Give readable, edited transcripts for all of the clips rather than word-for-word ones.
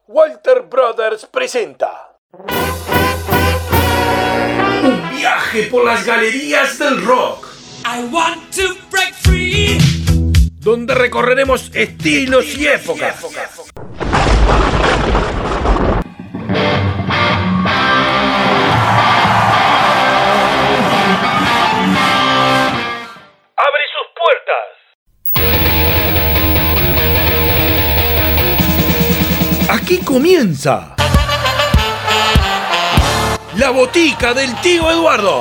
Walter Brothers presenta un viaje por las galerías del rock. I want to break free. Donde recorreremos estilos y épocas. ¡Abre sus puertas! Aquí comienza La Botica del Tío Eduardo.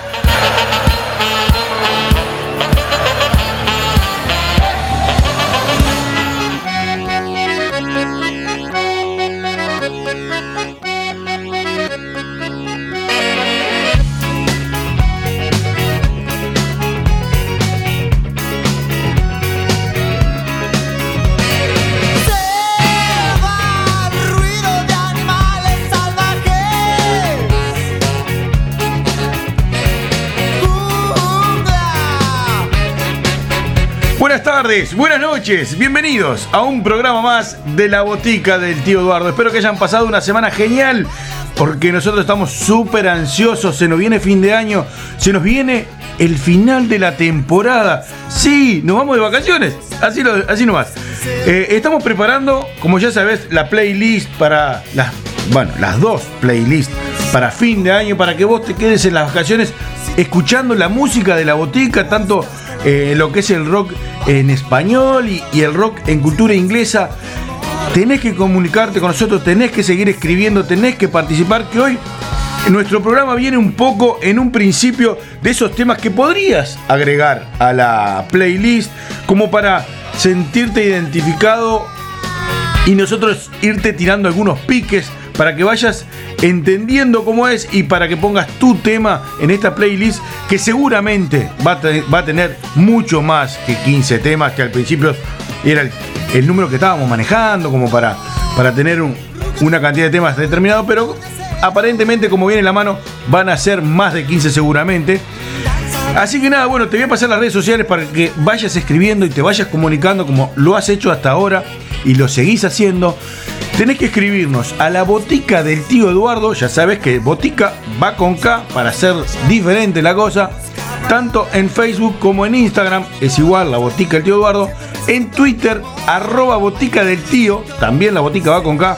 Buenas tardes, buenas noches, bienvenidos a un programa más de La Botica del Tío Eduardo. Espero que hayan pasado una semana genial, porque nosotros estamos súper ansiosos. Se nos viene fin de año, se nos viene el final de la temporada. Sí, nos vamos de vacaciones, así nomás. Estamos preparando, como ya sabes, la playlist para las dos playlists para fin de año, para que vos te quedes en las vacaciones escuchando la música de La Botica, tanto lo que es el rock en español y el rock en cultura inglesa. Tenés que comunicarte con nosotros, tenés que seguir escribiendo, tenés que participar, que hoy nuestro programa viene un poco en un principio de esos temas que podrías agregar a la playlist como para sentirte identificado y nosotros irte tirando algunos piques para que vayas entendiendo cómo es y para que pongas tu tema en esta playlist, que seguramente va a tener mucho más que 15 temas, que al principio era el número que estábamos manejando como para tener una cantidad de temas determinado, pero aparentemente, como viene en la mano, van a ser más de 15 seguramente. Así que nada, bueno, te voy a pasar las redes sociales para que vayas escribiendo y te vayas comunicando como lo has hecho hasta ahora y lo seguís haciendo. Tenés que escribirnos a La Botica del Tío Eduardo. Ya sabes que Botica va con K para hacer diferente la cosa. Tanto en Facebook como en Instagram es igual, La Botica del Tío Eduardo. En Twitter, @Botica del Tío, también La Botica va con K.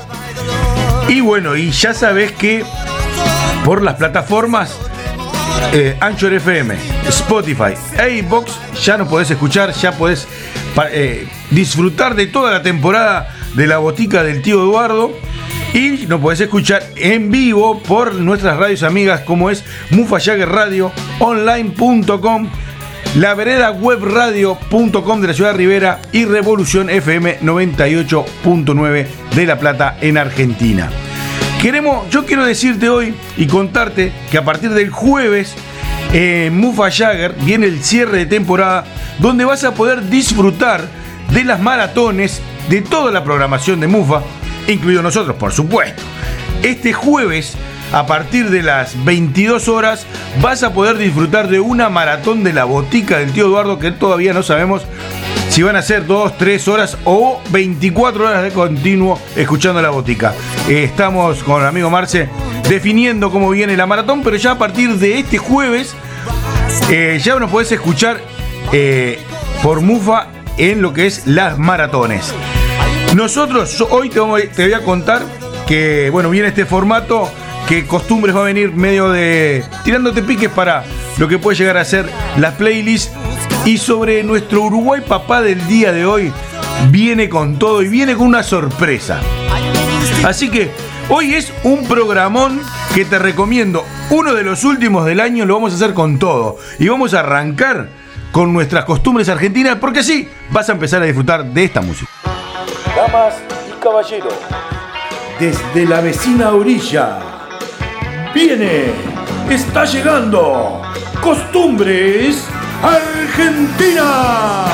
Y bueno, y ya sabes que por las plataformas Anchor FM, Spotify e iVoox ya nos podés escuchar, ya podés disfrutar de toda la temporada de La Botica del Tío Eduardo, y nos podés escuchar en vivo por nuestras radios amigas, como es Mufa Jagger Radio, online.com, La Vereda Web Radio.com de la ciudad de Rivera y Revolución FM 98.9 de La Plata en Argentina. Yo quiero decirte hoy y contarte que a partir del jueves Mufa Jagger viene el cierre de temporada, donde vas a poder disfrutar de las maratones de toda la programación de Mufa, incluido nosotros, por supuesto. Este jueves, a partir de las 22 horas, vas a poder disfrutar de una maratón de La Botica del Tío Eduardo, que todavía no sabemos si van a ser 2, 3 horas o 24 horas de continuo escuchando La Botica. Estamos con el amigo Marce definiendo cómo viene la maratón, pero ya a partir de este jueves ya nos podés escuchar por Mufa en lo que es las maratones. Nosotros hoy te voy a contar que, bueno, viene este formato que Costumbres va a venir medio de tirándote piques para lo que puede llegar a ser las playlists. Y sobre nuestro Uruguay papá del día de hoy, viene con todo y viene con una sorpresa. Así que hoy es un programón que te recomiendo, uno de los últimos del año. Lo vamos a hacer con todo y vamos a arrancar con nuestras costumbres argentinas, porque sí, vas a empezar a disfrutar de esta música. Damas y caballeros, Desde la vecina orilla está llegando Costumbres Argentina.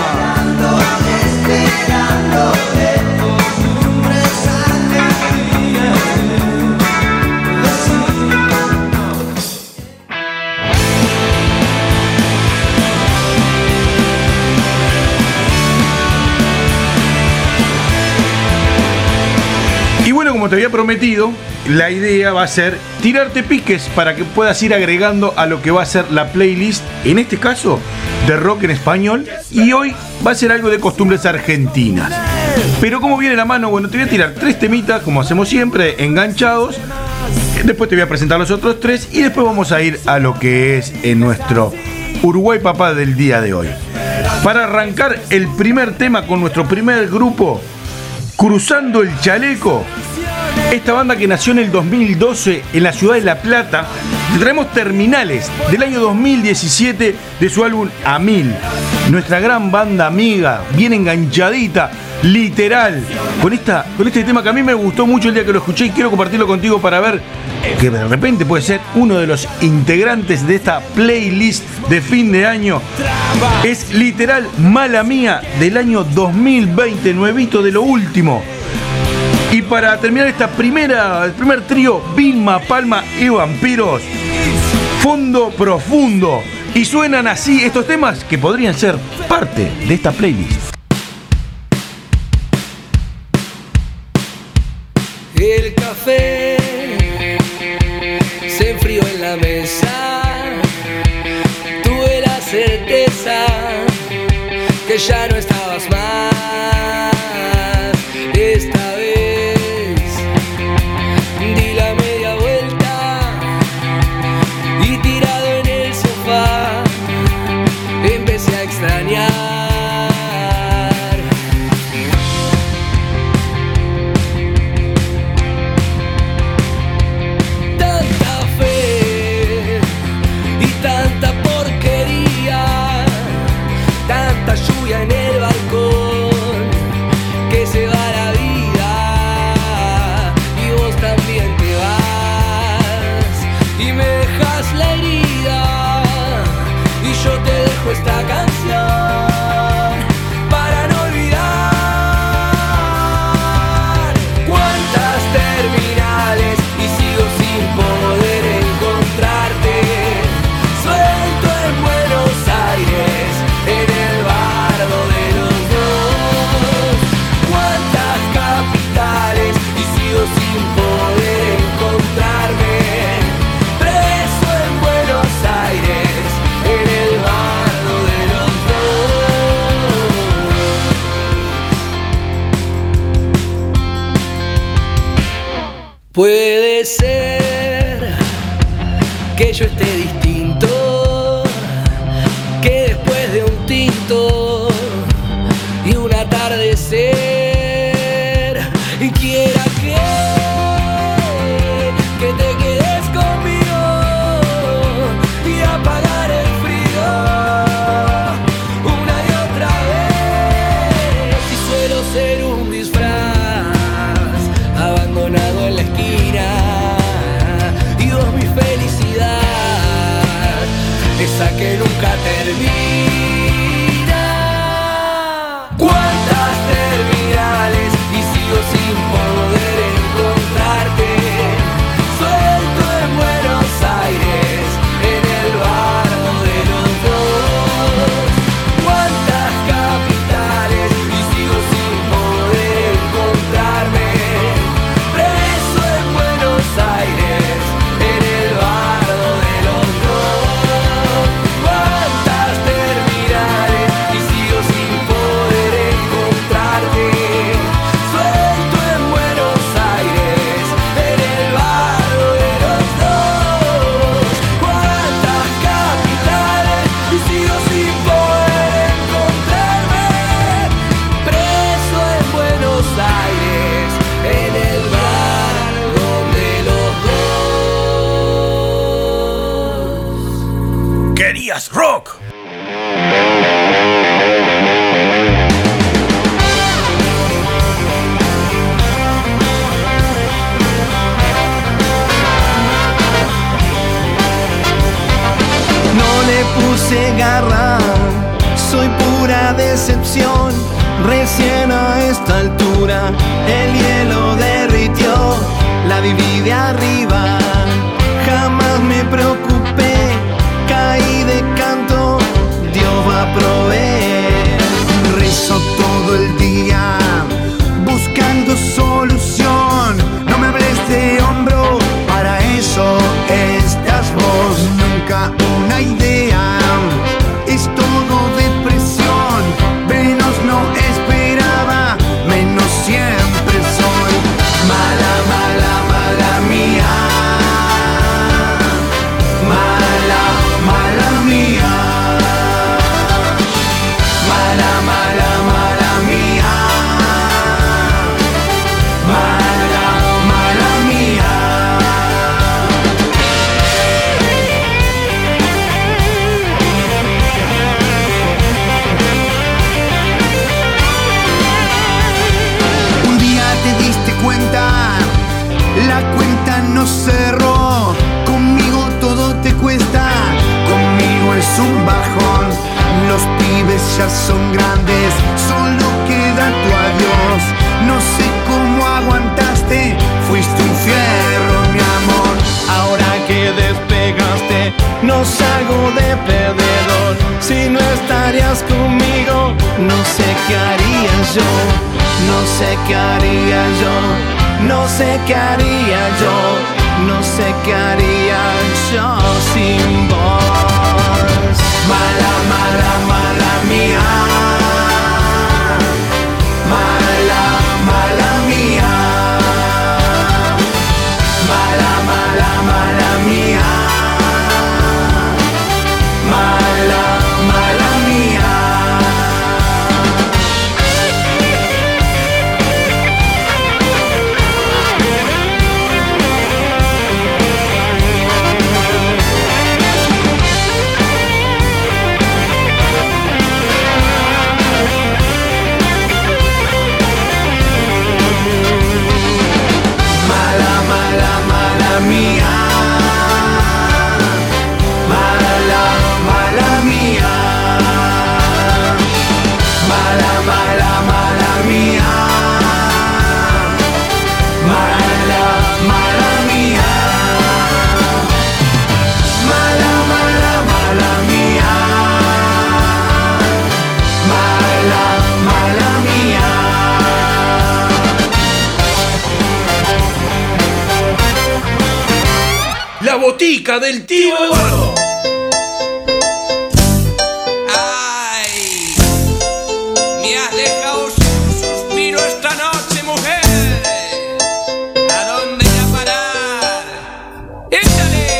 Bueno, como te había prometido, la idea va a ser tirarte piques para que puedas ir agregando a lo que va a ser la playlist, en este caso, de rock en español, y hoy va a ser algo de costumbres argentinas. Pero como viene la mano, bueno, te voy a tirar 3 temitas, como hacemos siempre, enganchados. Después te voy a presentar los otros 3 y después vamos a ir a lo que es en nuestro Uruguay Papá del día de hoy. Para arrancar el primer tema con nuestro primer grupo, Cruzando el Chaleco, esta banda que nació en el 2012 en la ciudad de La Plata. Te traemos Terminales del año 2017 de su álbum A Mil. Nuestra gran banda amiga, bien enganchadita, literal, con este tema que a mí me gustó mucho el día que lo escuché y quiero compartirlo contigo para ver que de repente puede ser uno de los integrantes de esta playlist de fin de año. Es literal Mala Mía del año 2020, nuevito de lo último. Y para terminar el primer trío, Vilma Palma y Vampiros, Fondo Profundo. Y suenan así estos temas que podrían ser parte de esta playlist. El café se enfrió en la mesa. Tuve la certeza que ya no estabas más. Esta vez di la media vuelta y tirado en el sofá empecé a extrañar. Lluvia en el balcón que se va la vida y vos también te vas y me dejas la herida y yo te dejo esta canción para no olvidar. Cuántas terminales y sigo sin poder encontrarte, suelto en Buenos Aires en el sin poder encontrarme, preso en Buenos Aires, en el bardo de los dos. Puede ser que yo esté distinto, que después de un tinto y un atardecer quiera que te quedes conmigo y apagar el frío una y otra vez. Y suelo ser un disfraz abandonado en la esquina y vos mi felicidad, esa que nunca termina. ¿Cuántas terminales y sigo sin poder encontrarte, suelto en Buenos Aires, en el bardo de los dos? Cuántas capitales y sigo sin poder encontrarme, preso en Buenos Aires, en el bardo de los dos. Cuántas terminales y sigo sin poder encontrarte, suelto en Buenos Aires, en el bardo de los dos. Cuántas capitales y sigo sin poder encontrarme, preso en Buenos Aires, en el bardo de los dos. ¿Querías rock? No le puse garra, soy pura decepción. Recién a esta altura el hielo derritió, la viví de arriba, jamás me preocupé, caí de canto, Dios va a proveer. Rezo todo el día buscando solución no salgo de perdedor. Si no estarías conmigo, no sé qué haría yo, no sé qué haría yo, no sé qué haría yo, no sé qué haría yo sin vos. Mala, mala, mala mía, mala, mala mía, mala, mala, mala mía, mala, mala mía. La botica del tío Eduardo. Ay, me has dejado sin suspiro esta noche, mujer. ¿A dónde irá a parar? ¡Échale!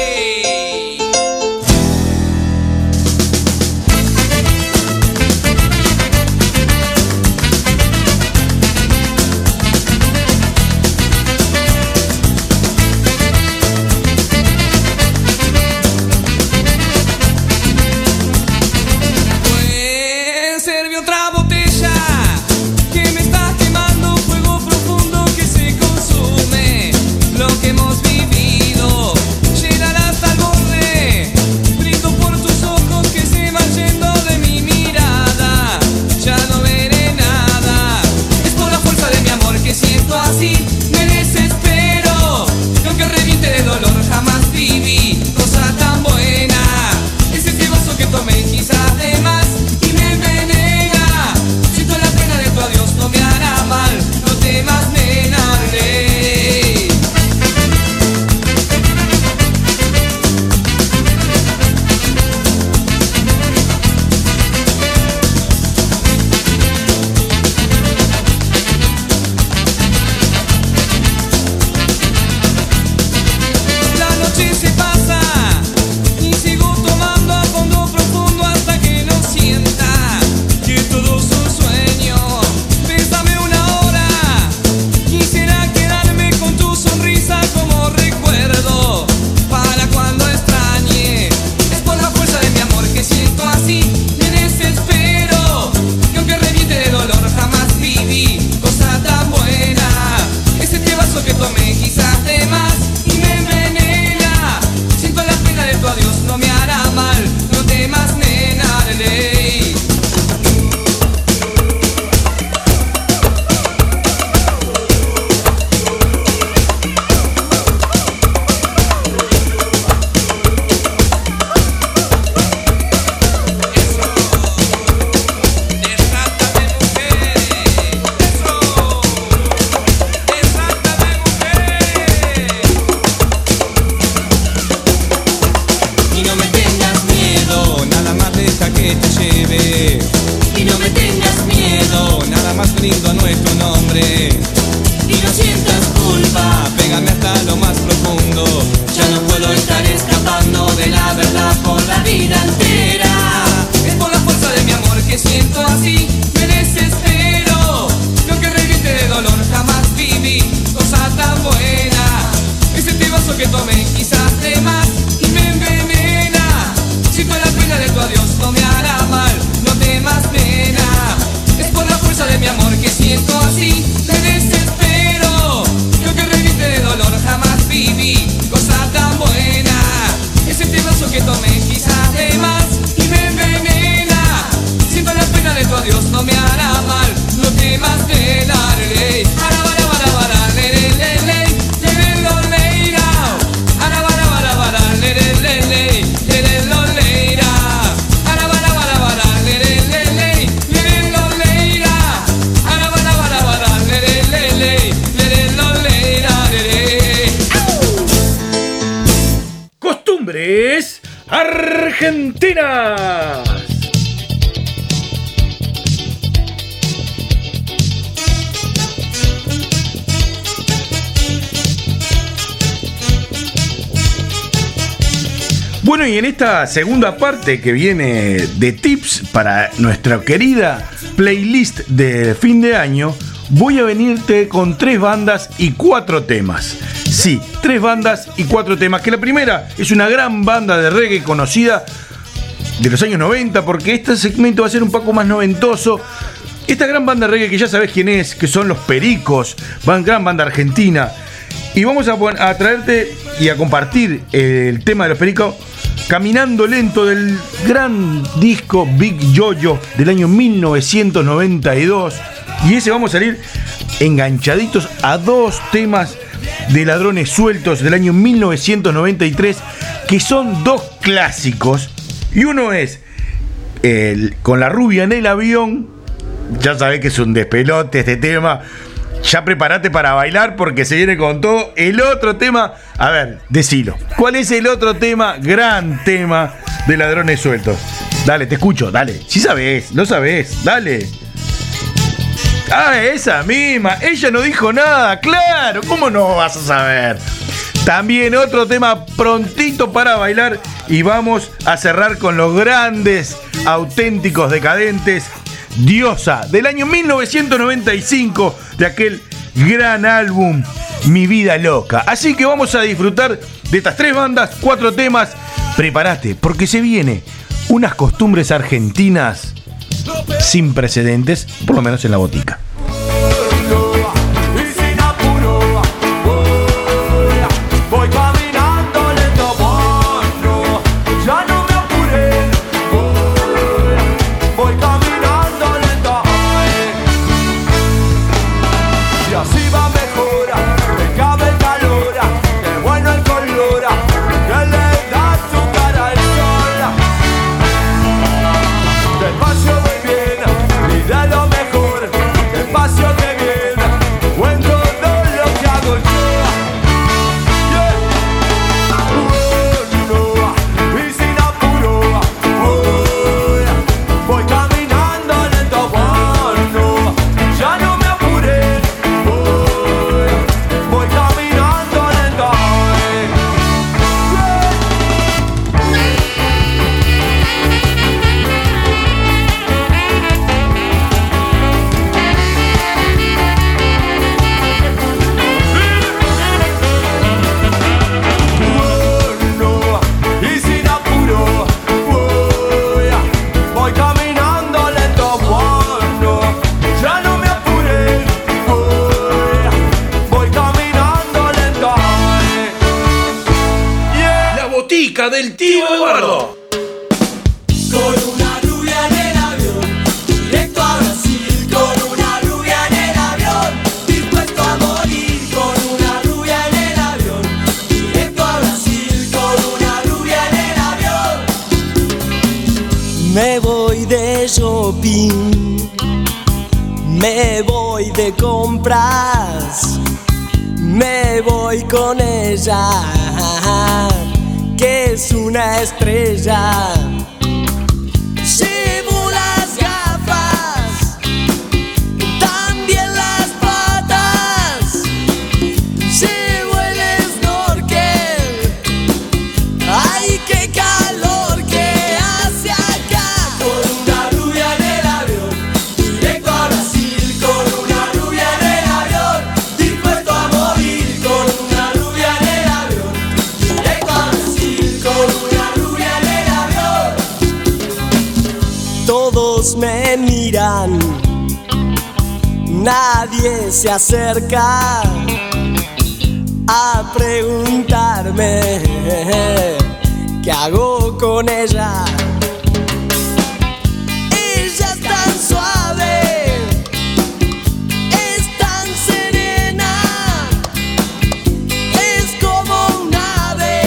Ladrones Argentinas. Bueno, y en esta segunda parte que viene de tips para nuestra querida playlist de fin de año, voy a venirte con 3 bandas y 4 temas. Sí, 3 bandas y 4 temas, que la primera es una gran banda de reggae conocida de los años 90, porque este segmento va a ser un poco más noventoso. Esta gran banda de reggae que ya sabes quién es, que son Los Pericos, gran banda argentina. Y vamos a traerte y a compartir el tema de Los Pericos, Caminando Lento, del gran disco Big Yoyo del año 1992. Y ese vamos a salir enganchaditos a 2 temas de Ladrones Sueltos del año 1993, que son 2 clásicos. Y uno es Con la rubia en el avión. Ya sabés que es un despelote este tema. Ya prepárate para bailar porque se viene con todo. El otro tema, a ver, decilo. ¿Cuál es el otro tema? Gran tema de Ladrones Sueltos. Dale, te escucho, dale. Si sabés, lo sabés, dale. Ah, esa misma. Ella no dijo nada, claro. ¿Cómo no vas a saber? También otro tema prontito para bailar. Y vamos a cerrar con los grandes, auténticos, decadentes, Diosa, del año 1995, de aquel gran álbum Mi Vida Loca. Así que vamos a disfrutar de estas 3 bandas, 4 temas. Prepárate, porque se viene unas costumbres argentinas sin precedentes, por lo menos en la botica. Del tío Eduardo. Con una rubia en el avión, directo a Brasil. Con una rubia en el avión, dispuesto a morir. Con una rubia en el avión, directo a Brasil. Con una rubia en el avión. Me voy de shopping, me voy de compras, me voy con ella, que es una estrella. Llevo las gafas, también las patas. Llevo el snorkel. ¡Ay, qué calor que hace acá! Con una rubia en el avión, directo a Brasil. Con una rubia en el avión, dispuesto a morir. Con una rubia en el avión, directo a Brasil. Con una rubia en el avión. Todos me miran, nadie se acerca a preguntarme qué hago con ella. Ella es tan suave, es tan serena, es como un ave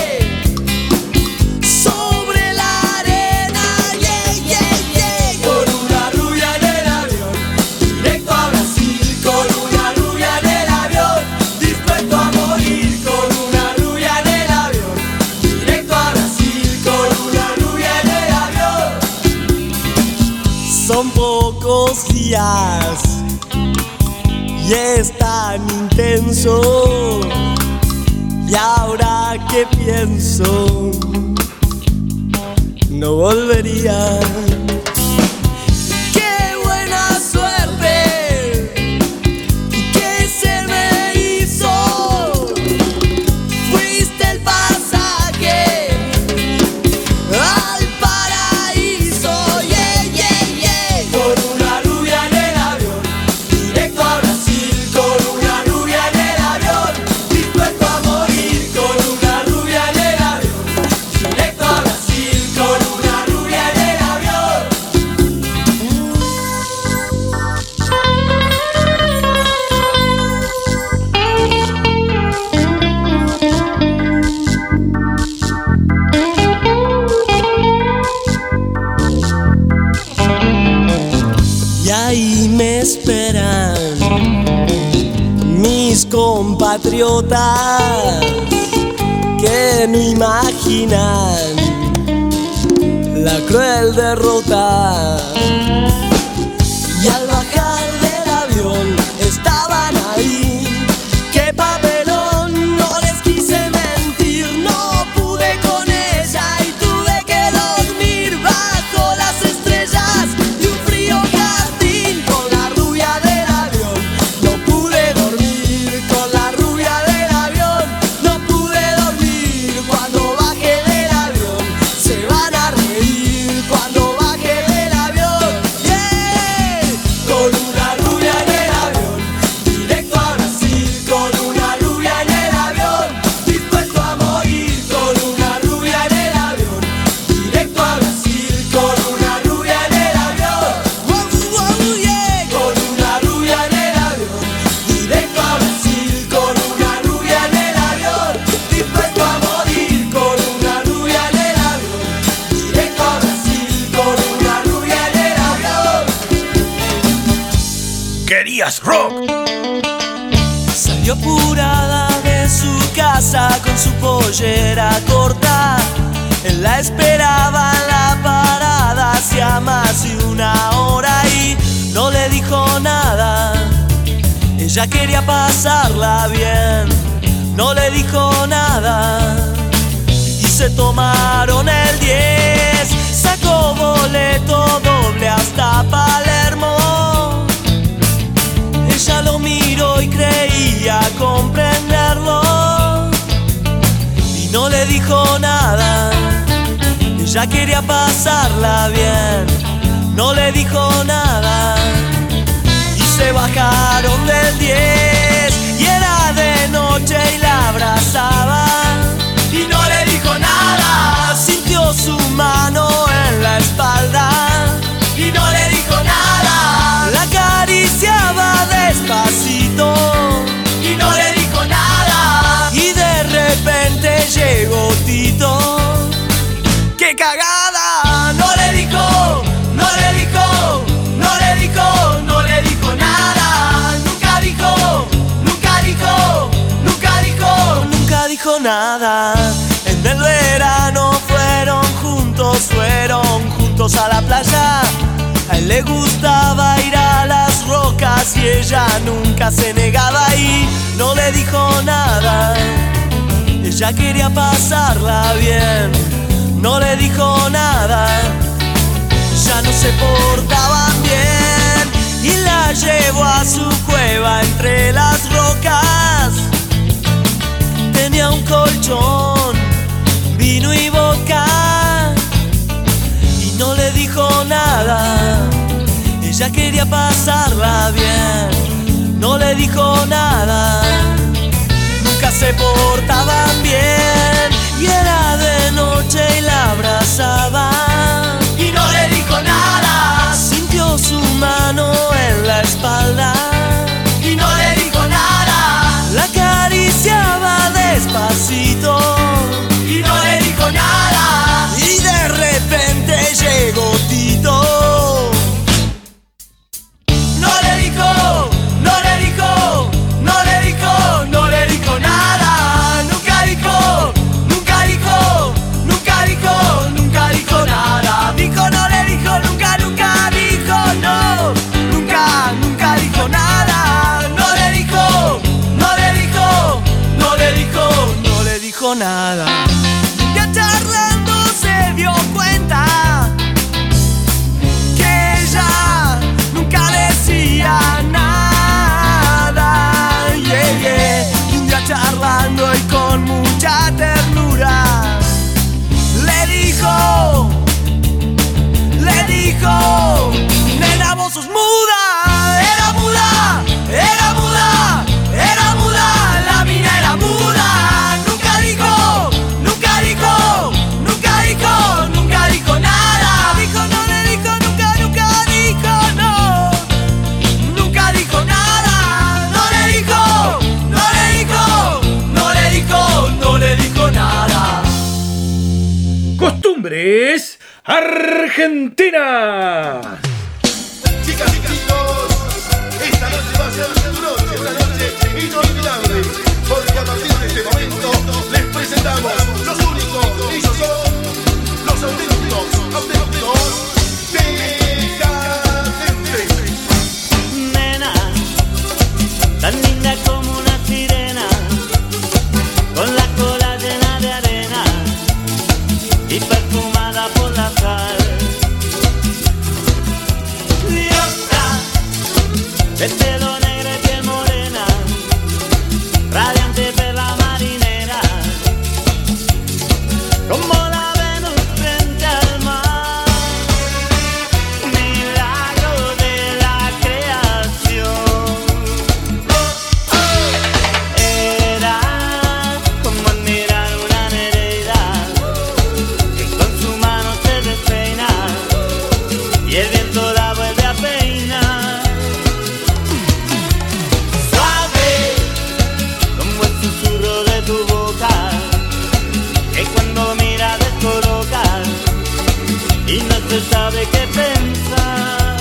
sobre la arena. Yeah, yeah, yeah. Con una rubia en el avión, directo a Brasil. Con una rubia en el avión, dispuesto a morir. Con una rubia en el avión, directo a Brasil. y es tan intenso. Y ahora que pienso, no volvería. ¡Qué buena suerte! ¿Qué se me hizo? Fuiste el pasaje al paraíso, yeah, yeah, yeah. Con una rubia en el avión, directo a Brasil. Con una rubia en el avión, dispuesto a morir. Con una rubia en el avión, directo a Brasil. Con una rubia en el avión. Y ahí me esperan mis compatriotas que no imaginan la cruel derrota. Y al bajar del avión estaban ahí. ¡Qué papelón! No les quise mentir, no pude con ella y tuve que dormir bajo las estrellas de un frío jardín. Con la rubia del avión no pude dormir. Con la rubia del avión no pude dormir. Cuando baje del avión se van a reír. Cuando baje del avión, yeah. Con una rubia en el avión, directo a Brasil. Con una rubia en el avión, dispuesto a morir. Con una rubia en el avión, directo a Brasil. Con una rubia en el avión, wow, wow, yeah. Con una rubia en el avión, directo a Brasil. Con una rubia en el avión, dispuesto a morir. Con una rubia en el avión, directo a Brasil. Con una rubia en el avión. ¿Querías rock? Salió apurada de su casa con su pollera corta. Él la esperaba en la parada hacía más de una hora y no le dijo nada. Ella quería pasarla bien, no le dijo nada. Y se tomaron el 10, sacó boleto doble hasta Palermo. Ella lo miró y creía comprenderlo y no le dijo nada. Ella quería pasarla bien, no le dijo nada. Y se bajaron del 10 y era de noche y la abrazaba y no le dijo nada. Sintió su mano en la espalda y no le dijo nada. La acariciaba despacito y no le dijo nada. Y de repente llegó Tito. ¡Qué cagada! No le dijo, no le dijo, no le dijo, no le dijo nada. Nunca dijo, nunca dijo, nunca dijo, nunca dijo nada. En el verano fueron juntos a la playa. A él le gustaba ir a las rocas y ella nunca se negaba y no le dijo nada. Ella quería pasarla bien, no le dijo nada. Ya no se portaban bien y la llevó a su cueva entre las rocas. Tenía un colchón, vino y vodka y no le dijo nada. Ella quería pasarla bien, no le dijo nada. Nunca se portaban bien y era de noche y la abrazaba y no le dijo nada. Sintió su mano en la espalda y no le dijo nada. La acariciaba despacito y no le dijo nada. Y de repente llegó Tito. No le dijo, no le dijo, no le dijo. dijo nada. Ya charlando se dio cuenta que ella nunca decía nada. Yeah, yeah. Y un día charlando y con mucha ternura le dijo, nena, vos sos muda. Era muda, era muda, era muda, la mina era muda. Nunca dijo, nunca dijo, nunca dijo, nunca dijo nada. Dijo, no le dijo, nunca, nunca dijo, no. Nunca dijo nada. No le dijo, no le dijo, no le dijo, no le dijo nada. Costumbres argentinas. Chicas y chicos, esta noche va a ser su noche, una noche inolvidable, porque a partir de este momento les presentamos los únicos, ellos son los auténticos decadentes. Nena, tan linda como una sirena, con la cola llena de arena y perfumada por la sal. De pelo negro y piel morena, radiante perla marinera, como la Venus frente al mar, milagro de la creación. Era como admirar una nereida que con su mano se despeina y el viento la vuelve a peinar. Tu boca, que cuando mira descoloca y no se sabe qué pensar.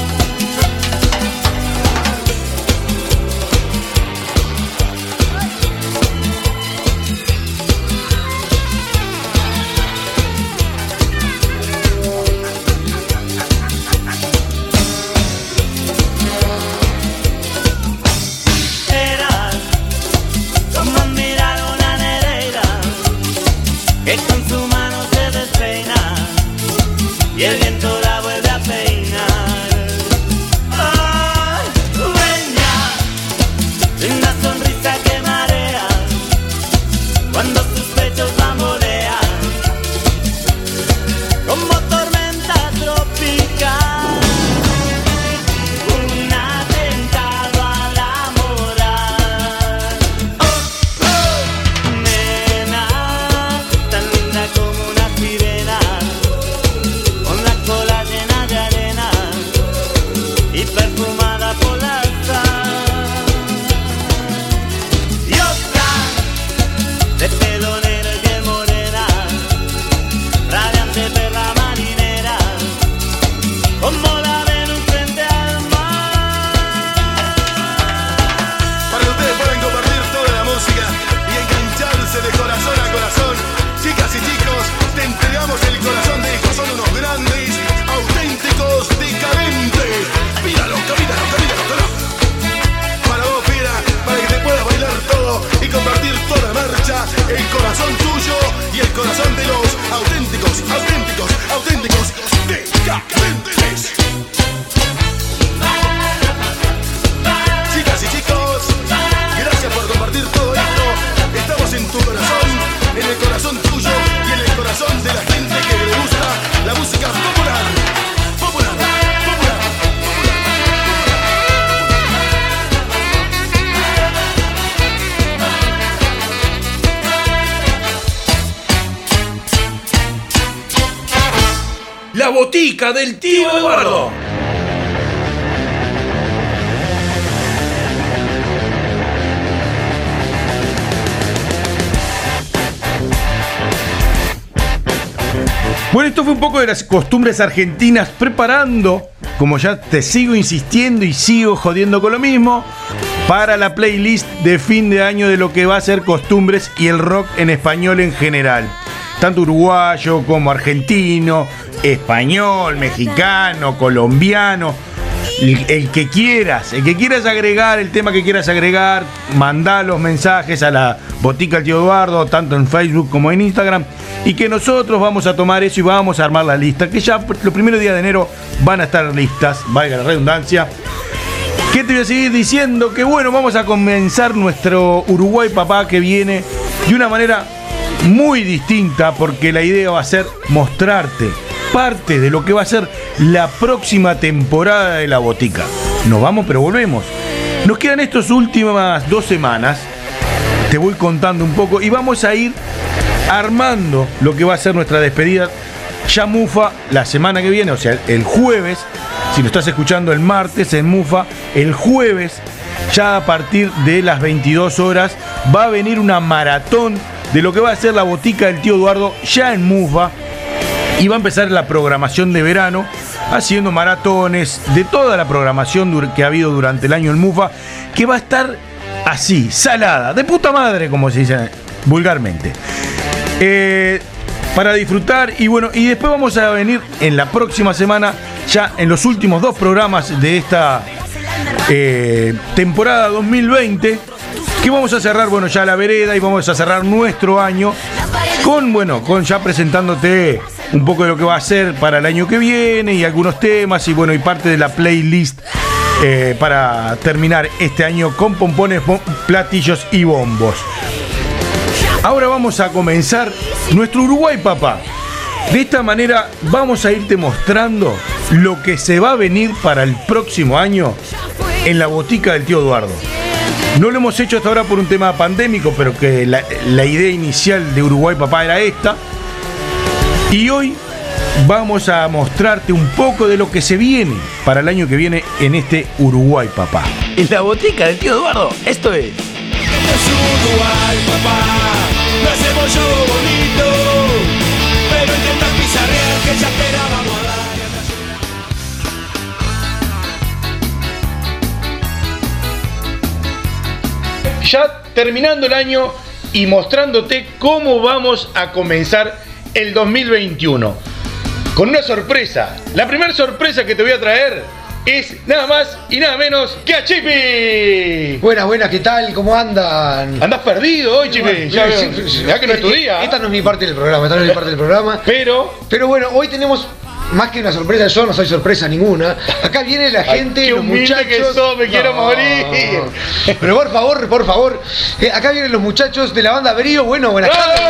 Que con su mano se despeina y el viento la vuelve a peinar. Ay, dueña de una sonrisa que marea cuando sus pechos bambolean como tormenta tropical. Un atentado a la moral. Nena, tan linda como una sirena, con la cola llena de arena y perfumada por la sal. Y otra, de pelo negro y piel morena, radiante perla marinera, como la Venus frente al mar. Para que ustedes puedan compartir toda la música y engancharse de corazón a corazón. Chicas y chicos, te entregamos el corazón de ellos. Son unos grandes, auténticos decadentes. Míralo, camínalo, camínalo. Para vos, Fiera, para que te puedas bailar todo y compartir toda la marcha, el corazón tuyo y el corazón de los auténticos, auténticos, auténticos decadentes. Chicas y chicos, gracias por compartir todo esto. Estamos en tu corazón, en el corazón tuyo y en el corazón de la gente que le gusta la música popular. Popular, popular, La botica del tío Eduardo. Bueno, esto fue un poco de las costumbres argentinas, preparando, como ya te sigo insistiendo y sigo jodiendo con lo mismo, para la playlist de fin de año de lo que va a ser costumbres y el rock en español en general. Tanto uruguayo como argentino, español, mexicano, colombiano. el que quieras agregar, el tema que quieras agregar, mandá los mensajes a la Botica del Tío Eduardo, tanto en Facebook como en Instagram, y que nosotros vamos a tomar eso y vamos a armar la lista, que ya los primeros días de enero van a estar listas, valga la redundancia. ¿Qué te voy a seguir diciendo? Que bueno, vamos a comenzar nuestro Uruguay Papá, que viene de una manera muy distinta, porque la idea va a ser mostrarte parte de lo que va a ser la próxima temporada de La Botica. Nos vamos, pero volvemos. Nos quedan estas últimas 2 semanas, te voy contando un poco, y vamos a ir armando lo que va a ser nuestra despedida. Ya Mufa la semana que viene, o sea, el jueves, si lo estás escuchando el martes en Mufa, el jueves, ya a partir de las 22 horas, va a venir una maratón de lo que va a ser La Botica del Tío Eduardo ya en Mufa. Y va a empezar la programación de verano, haciendo maratones de toda la programación que ha habido durante el año en Mufa, que va a estar así, salada, de puta madre, como se dice vulgarmente. Para disfrutar, y bueno, y después vamos a venir en la próxima semana, ya en los últimos 2 programas de esta temporada 2020, que vamos a cerrar, bueno, ya la vereda, y vamos a cerrar nuestro año con ya presentándote un poco de lo que va a ser para el año que viene y algunos temas, y bueno, y parte de la playlist para terminar este año con pompones, platillos y bombos. Ahora vamos a comenzar nuestro Uruguay Papá. De esta manera vamos a irte mostrando lo que se va a venir para el próximo año en La Botica del Tío Eduardo. No lo hemos hecho hasta ahora por un tema pandémico, pero que la idea inicial de Uruguay Papá era esta. Y hoy vamos a mostrarte un poco de lo que se viene para el año que viene en este Uruguay Papá. En La Botica del Tío Eduardo, esto es... Es Uruguay, papá, lo hacemos yo bonito, pero intenta pizarrear que ya te la vamos a dar. Ya terminando el año y mostrándote cómo vamos a comenzar el 2021. Con una sorpresa. La primera sorpresa que te voy a traer es nada más y nada menos que a Chipi. Buenas, ¿qué tal? ¿Cómo andan? Andás perdido hoy, Chipi. Ya que no es tu día. Esta no es mi parte del programa, Pero bueno, hoy tenemos más que una sorpresa. Yo no soy sorpresa ninguna. Acá viene la gente, qué los muchachos. Que sos, me quiero morir. Pero por favor. Acá vienen los muchachos de la banda Brío. Bueno, buenas tardes.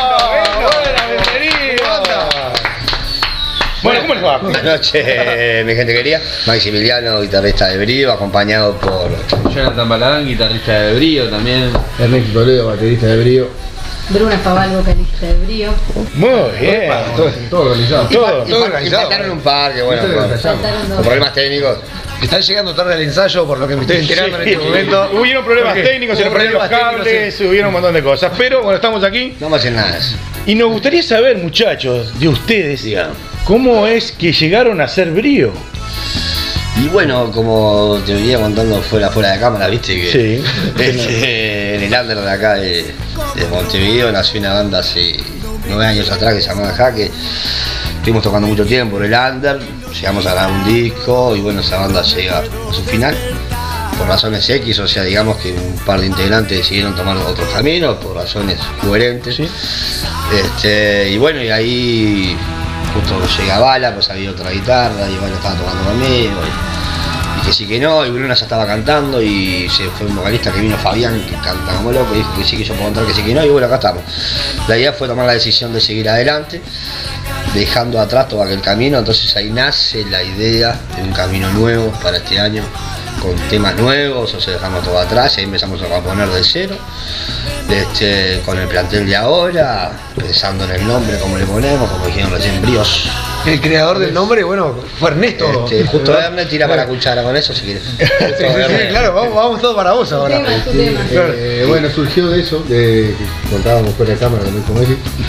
Bueno, ¿cómo les va? Buenas noches, mi gente querida. Maximiliano, guitarrista de Brío, acompañado por Jonathan Baladán, guitarrista de Brío también. Ernesto Toledo, baterista de Brío. Bruna Faval, vocalista de Brío. Muy bien. Todo organizado. Todo organizado. Faltaron un par que bueno, con problemas técnicos. Están llegando tarde al ensayo, por lo que me estoy enterando en este momento. Hubieron problemas técnicos, se le perdieron los cables, hubieron un montón de cosas. Pero bueno, estamos aquí. No vamos a hacer nada de eso. Y nos gustaría saber, muchachos, de ustedes, ¿cómo es que llegaron a ser Brío? Y bueno, como te venía contando fuera de cámara, viste que sí. En el under de acá de Montevideo nació una banda hace 9 años atrás que se llamaba Jaque. Estuvimos tocando mucho tiempo por el under, llegamos a grabar un disco y bueno, esa banda llega a su final por razones X, o sea, digamos que un par de integrantes decidieron tomar otros caminos por razones coherentes. ¿Sí? Y bueno, y ahí justo llega Bala, pues había otra guitarra y bueno, estaba tocando conmigo y que sí que no, y Bruna ya estaba cantando y se fue un vocalista que vino Fabián, que canta como loco, y dijo que sí, que yo puedo cantar, que sí que no, y bueno, acá estamos. La idea fue tomar la decisión de seguir adelante, dejando atrás todo aquel camino, entonces ahí nace la idea de un camino nuevo para este año, con temas nuevos, o sea, dejamos todo atrás y ahí empezamos a componer de cero, con el plantel de ahora, pensando en el nombre, como le ponemos, como dijeron recién, Bríos. El creador del nombre, bueno, fue Ernesto. Justo Erne tira para la cuchara con eso si quieres. Sí, claro, vamos todos para vos ahora. Bueno, surgió de eso, que contábamos fuera de cámara, como dijo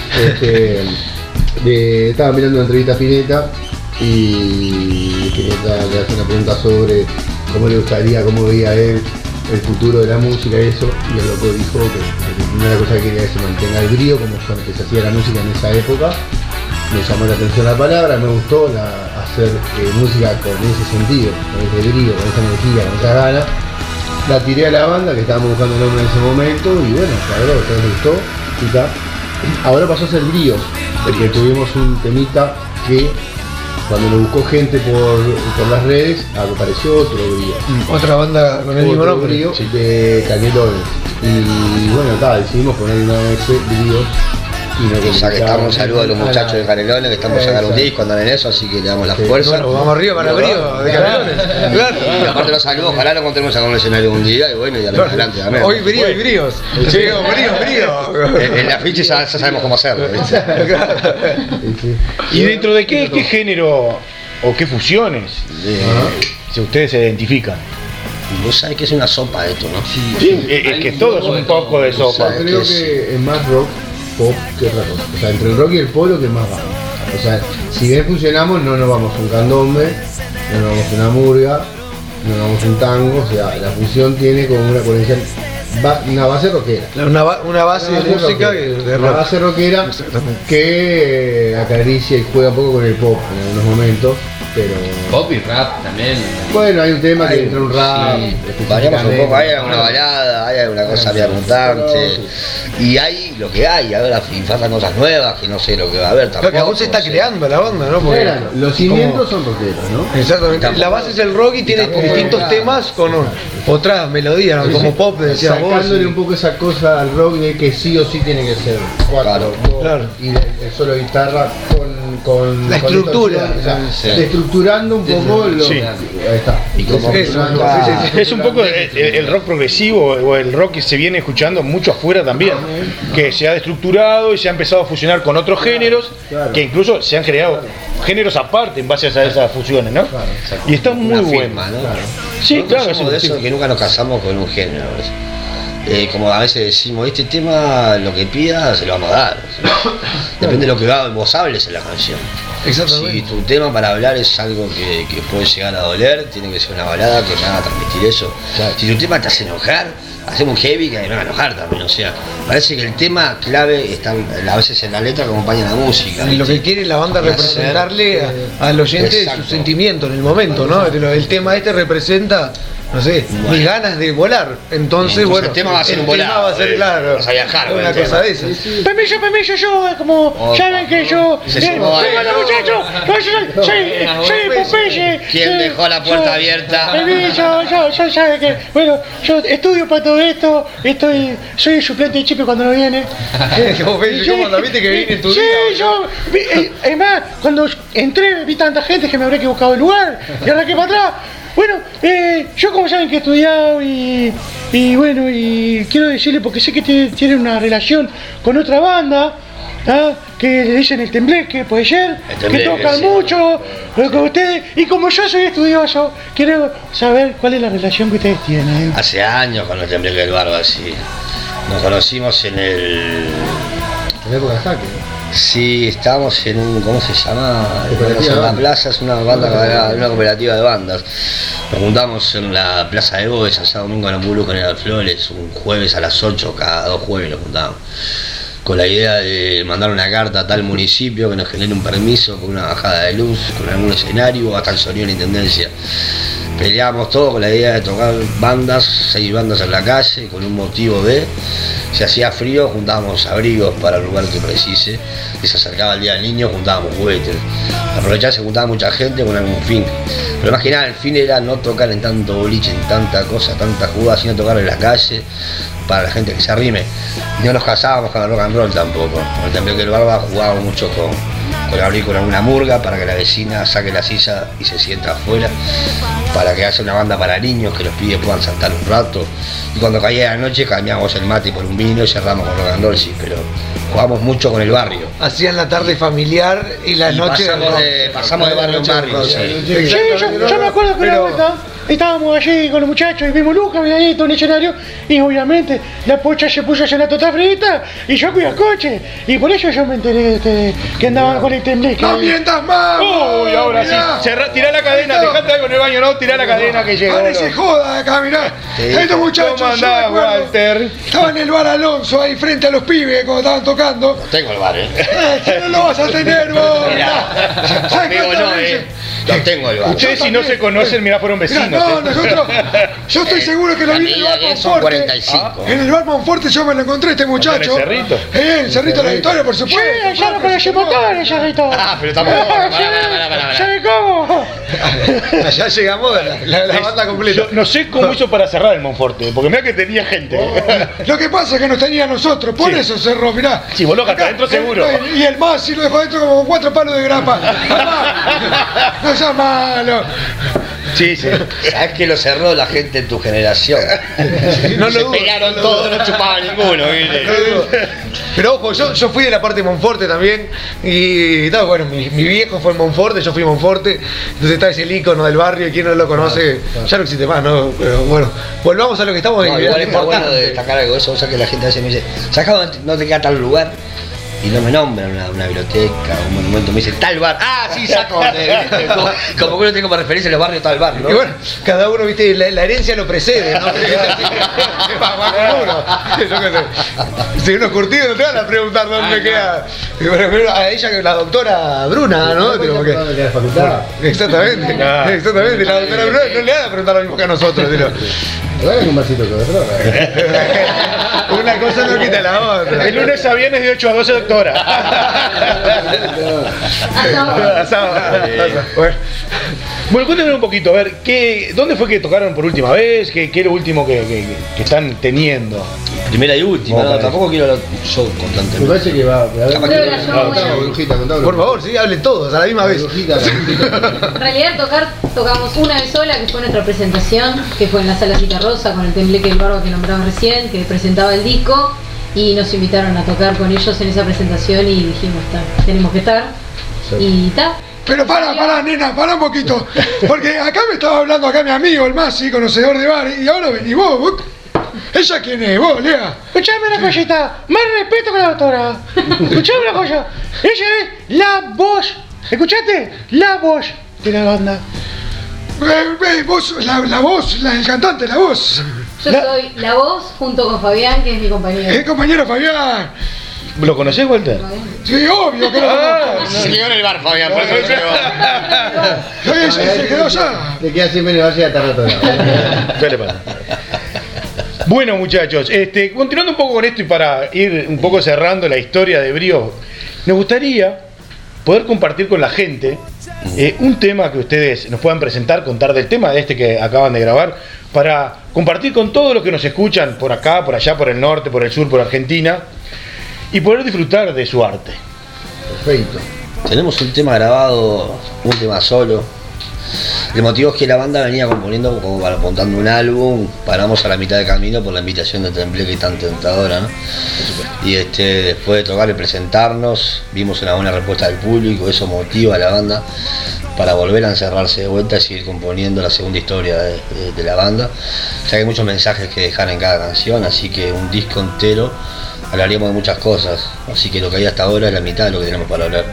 Messi. Estaba mirando una entrevista a Spinetta y Spinetta le hace una pregunta sobre cómo le gustaría, cómo veía él el futuro de la música y eso, y el loco dijo que la primera cosa que quería es que se mantenga el brío como se hacía la música en esa época, me llamó la atención la palabra, me gustó hacer música con ese sentido, con ese brillo, con esa energía, con esa gana. La tiré a la banda, que estábamos buscando el nombre en ese momento, y bueno, claro, a ustedes les gustó, y tal. Ahora pasó a ser Bríos, porque tuvimos un temita que cuando lo buscó gente por las redes, apareció otro Brío. Otra banda con el mismo nombre. Brío de Canelones. Y bueno, decidimos poner una vez Bríos. O sea que estamos, un saludo a los muchachos de Canelones que estamos sacando un disco, andan en eso, así que le damos la fuerza. Bueno, vamos arriba para Brío de Canelones. Claro. Y aparte los saludos, ojalá lo encontremos acá en el escenario un día y bueno, y adelante también. Hoy Brío y Bríos. Brío. En la ficha ya sabemos cómo hacerlo. ¿Y dentro de qué género o qué fusiones si ustedes se identifican? Vos sabés que es una sopa esto, ¿no? Sí, es que todo es un poco de sopa. Yo creo que es más rock, pop que otra cosa. O sea, entre el rock y el polo que más vamos. O sea, si bien funcionamos, no nos vamos a un candombe, no nos vamos a una murga, no nos vamos a un tango. O sea, la fusión tiene como una potencial, una base rockera. Una base de música de rock. Una base rockera que acaricia y juega un poco con el pop en algunos momentos. Pero... pop y rap también. Bueno, hay un tema que entra un rap. Sí, variamos un poco, hay alguna balada, hay alguna cosa bien mutante. Y hay lo que hay, ahora faltan cosas nuevas que no sé lo que va a haber tampoco. Porque aún se está creando la banda, ¿no? Porque los cimientos son rockeros, ¿no? Exactamente. La base es el rock y tiene distintos temas con otras melodías, ¿no? Como pop, decías vos. Sacándole un poco esa cosa al rock de que sí o sí tiene que ser cuatro. Claro. Y el solo guitarra con la estructura. Estructurando un poco lo. Sí. Ahí está. Y como es un poco el rock progresivo o el rock que se viene escuchando mucho afuera también, que se ha destructurado y se ha empezado a fusionar con otros géneros, que incluso se han creado géneros aparte en base a esas fusiones, ¿no? Y está muy bueno. ¿no? Sí, claro. Somos de eso que nunca nos casamos con un género. Como a veces decimos, este tema lo que pida se lo vamos a dar. Depende de lo que vos hables en la canción. Exactamente. Si tu tema para hablar es algo que puede llegar a doler, tiene que ser una balada que me haga transmitir eso. Claro. Si tu tema te hace enojar, hacemos un heavy que me haga enojar también. O sea, parece que el tema clave está a veces en la letra que acompaña la música. Y lo que quiere la banda representarle al oyente sus sentimientos en el momento, ¿no? El tema representa, no sé, mis ganas de volar. Entonces, bueno, el tema va a ser un volar. El tema va a ser, claro, vas a viajar, una cosa de esas. Permiso, yo, como saben que yo. Hola muchachos, soy Popeye. ¿Quién dejó la puerta abierta? Permiso, yo sabe que. Bueno, yo estudio para todo esto, soy el suplente de Chipe cuando no viene. ¿Cómo la viste que viene tu día? Sí, yo. Es más, cuando entré vi tanta gente que me habré equivocado el lugar y arranqué para atrás. Bueno, yo como saben que he estudiado y bueno, y quiero decirle porque sé que tiene una relación con otra banda, que le dicen el Tembleque, puede ser, que tocan mucho con ustedes, y como yo soy estudioso, quiero saber cuál es la relación que ustedes tienen. Hace años con el Tembleque del Barba, sí. Nos conocimos en la época de Jaque. Sí, estábamos en un, ¿cómo se llama? En la plaza, es una banda, una cooperativa de bandas. Nos juntamos en la Plaza de Boves, allá domingo en Ambulú con el Flores, un jueves a las 8, cada 2 jueves nos juntábamos. Con la idea de mandar una carta a tal municipio que nos genere un permiso con una bajada de luz, con algún escenario, hasta el sonido de la intendencia. Peleábamos todo con la idea de tocar bandas, 6 bandas en la calle, con un motivo de, si hacía frío, juntábamos abrigos para el lugar que precise, y se acercaba el Día del Niño, juntábamos juguetes. Aprovechar se juntaba mucha gente con algún fin. Pero más que nada, el fin era no tocar en tanto boliche, en tanta cosa, tanta jugada, sino tocar en la calle, para la gente que se arrime. Y no nos casábamos con el rock and roll tampoco. Con el Tembleque del Barba jugábamos mucho con abrir con alguna murga para que la vecina saque la silla y se sienta afuera, para que haya una banda para niños, que los pibes puedan saltar un rato. Y cuando caía la noche cambiamos el mate por un vino y cerramos con rock and roll, sí, pero jugamos mucho con el barrio. Hacían la tarde familiar y la noche pasamos de barrio en barrio. Sí. Sí, yo me acuerdo que una vuelta estábamos allí con los muchachos y vimos Lucas ahí todo un escenario y obviamente la pocha se puso a hacer la tota frita y yo fui al coche y por eso yo me enteré que andaban con el tembleque. ¡No mientas más! Uy, ahora sí, tirá la cadena, dejate algo en el baño, no, tirá la cadena que llegó. Parece joda acá, mirá. Estos muchachos, ¿Cómo andás, Walter? Estaban en el bar Alonso ahí frente a los pibes cuando estaban tocando. No tengo el bar, Si no lo vas a tener vos. Mirá, ¿Sabes conmigo cuántas no, veces? No tengo el bar. Ustedes si no se conocen, mirá, fueron vecinos. Mirá, no, nosotros, yo estoy seguro que lo vi en el bar son Monforte. 45. En el bar Monforte yo me lo encontré este muchacho. ¿En el Cerrito? El Cerrito de la Victoria, por supuesto. Sí, allá lo conocemos todos en el Cerrito. Ah, pero estamos. ¿Sabe cómo? Allá llegamos la banda completa. Yo no sé cómo hizo para cerrar el Monforte, porque mirá que tenía gente. Lo que pasa es que nos tenía a nosotros, por eso cerró, mirá. Sí, vos lo hasta adentro seguro. Y el Masi lo dejó adentro como con 4 palos de grapa. No seas malo. Sí, sí. ¿Sabes que lo cerró la gente en tu generación? No Se lo dudo. pegaron todos, no chupaba ninguno, ¿viste? Pero ojo, yo fui de la parte de Monforte también. Y bueno, mi viejo fue en Monforte, yo fui en Monforte. Entonces está ese ícono del barrio, y quien no lo conoce, ya no existe más, ¿no? Pero bueno, volvamos a lo que estamos No, igual está bueno de destacar algo de eso, o sea que la gente a veces me dice, ¿sacado no te queda tal lugar? Y no me nombran una biblioteca, un monumento, me dice tal bar. Ah, sí, saco. Como que uno tiene como referencia los barrios tal bar, ¿no? Y bueno, cada uno, viste, la herencia lo precede, ¿no? Va con uno. Yo qué sé. Si uno es curtido no te van a preguntar dónde queda. Y bueno, a ella, la doctora Bruna, ¿no? Como que... Exactamente, exactamente. La doctora Bruna no le van a preguntar lo mismo que a nosotros. Dale un vasito con Una cosa no quita la otra. El lunes a viernes de 8 a 12, doctora. Bueno, cuéntenme un poquito, a ver, ¿dónde fue que tocaron por última vez? ¿Qué es lo último que están teniendo? Primera y última, no, tampoco quiero yo constantemente. Me parece que va. Por favor, sí, hablen todos a la misma vez. En realidad tocamos una vez sola, que fue nuestra presentación, que fue en la Sala Cita Rosa con el Tembleque del Bardo que nombraba recién, que presentaba el disco y nos invitaron a tocar con ellos en esa presentación y dijimos, tenemos que estar y está. Pero para, nena, para un poquito. Porque acá me estaba hablando mi amigo, el Masi, conocedor de bares, y ahora venís vos. ¿Ella quién es? ¿Vos, Lea? Escuchame una cosita, más respeto con la doctora. Escuchame una cosa, ella es la voz, ¿escuchaste? La voz de la banda. Vos, la voz, el cantante, la voz. Yo soy la voz junto con Fabián, que es mi compañero. Compañero Fabián. ¿Lo conocés, Walter? Sí, obvio que lo conozco. Se quedó en el bar, Fabián, por eso se quedó allá. Te queda siempre en el valle de tarde. ¿Qué le pasa? Bueno, muchachos, continuando un poco con esto y para ir un poco cerrando la historia de Brío, me gustaría poder compartir con la gente un tema que ustedes nos puedan presentar, contar del tema de que acaban de grabar, para compartir con todos los que nos escuchan por acá, por allá, por el norte, por el sur, por Argentina, y poder disfrutar de su arte. Perfecto. Tenemos un tema grabado, un tema solo. El motivo es que la banda venía componiendo como para apuntando un álbum, paramos a la mitad de camino por la invitación de Tembleque tan tentadora, ¿no? Y después de tocar y presentarnos, vimos una buena respuesta del público, eso motiva a la banda para volver a encerrarse de vuelta y seguir componiendo la segunda historia de la banda. Ya que hay muchos mensajes que dejar en cada canción, así que un disco entero hablaríamos de muchas cosas, así que lo que hay hasta ahora es la mitad de lo que tenemos para hablar.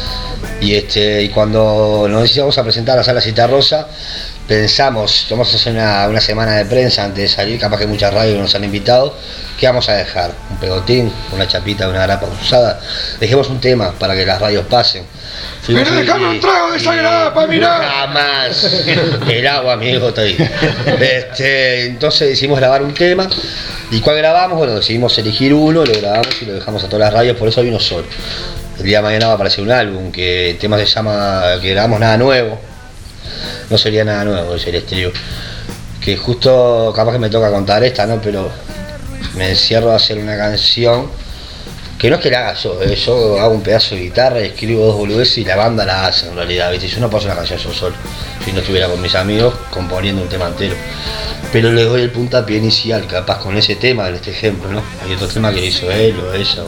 Y cuando nos íbamos a presentar a la Sala Cita Rosa, pensamos, vamos a hacer una semana de prensa antes de salir, capaz que muchas radios nos han invitado, ¿qué vamos a dejar? Un pegotín, una chapita, una grapa usada, dejemos un tema para que las radios pasen. Pero dejame un trago de esa grapa, mirá. Jamás. El agua, amigo, está ahí. Entonces decidimos grabar un tema. ¿Y cuál grabamos? Bueno, decidimos elegir uno, lo grabamos y lo dejamos a todas las radios, por eso hay uno solo. El día de mañana va a aparecer un álbum, que el tema se llama, que grabamos Nada Nuevo. No sería Nada Nuevo, es el estribo. Que justo, capaz que me toca contar esta, ¿no? Pero me encierro a hacer una canción, que no es que la haga yo hago un pedazo de guitarra, escribo 2 boludeces y la banda la hace en realidad, ¿viste? Yo no puedo hacer una canción yo solo, si no estuviera con mis amigos componiendo un tema entero. Pero le doy el puntapié inicial, capaz con ese tema, en este ejemplo, ¿no? Hay otro tema que hizo él o ella.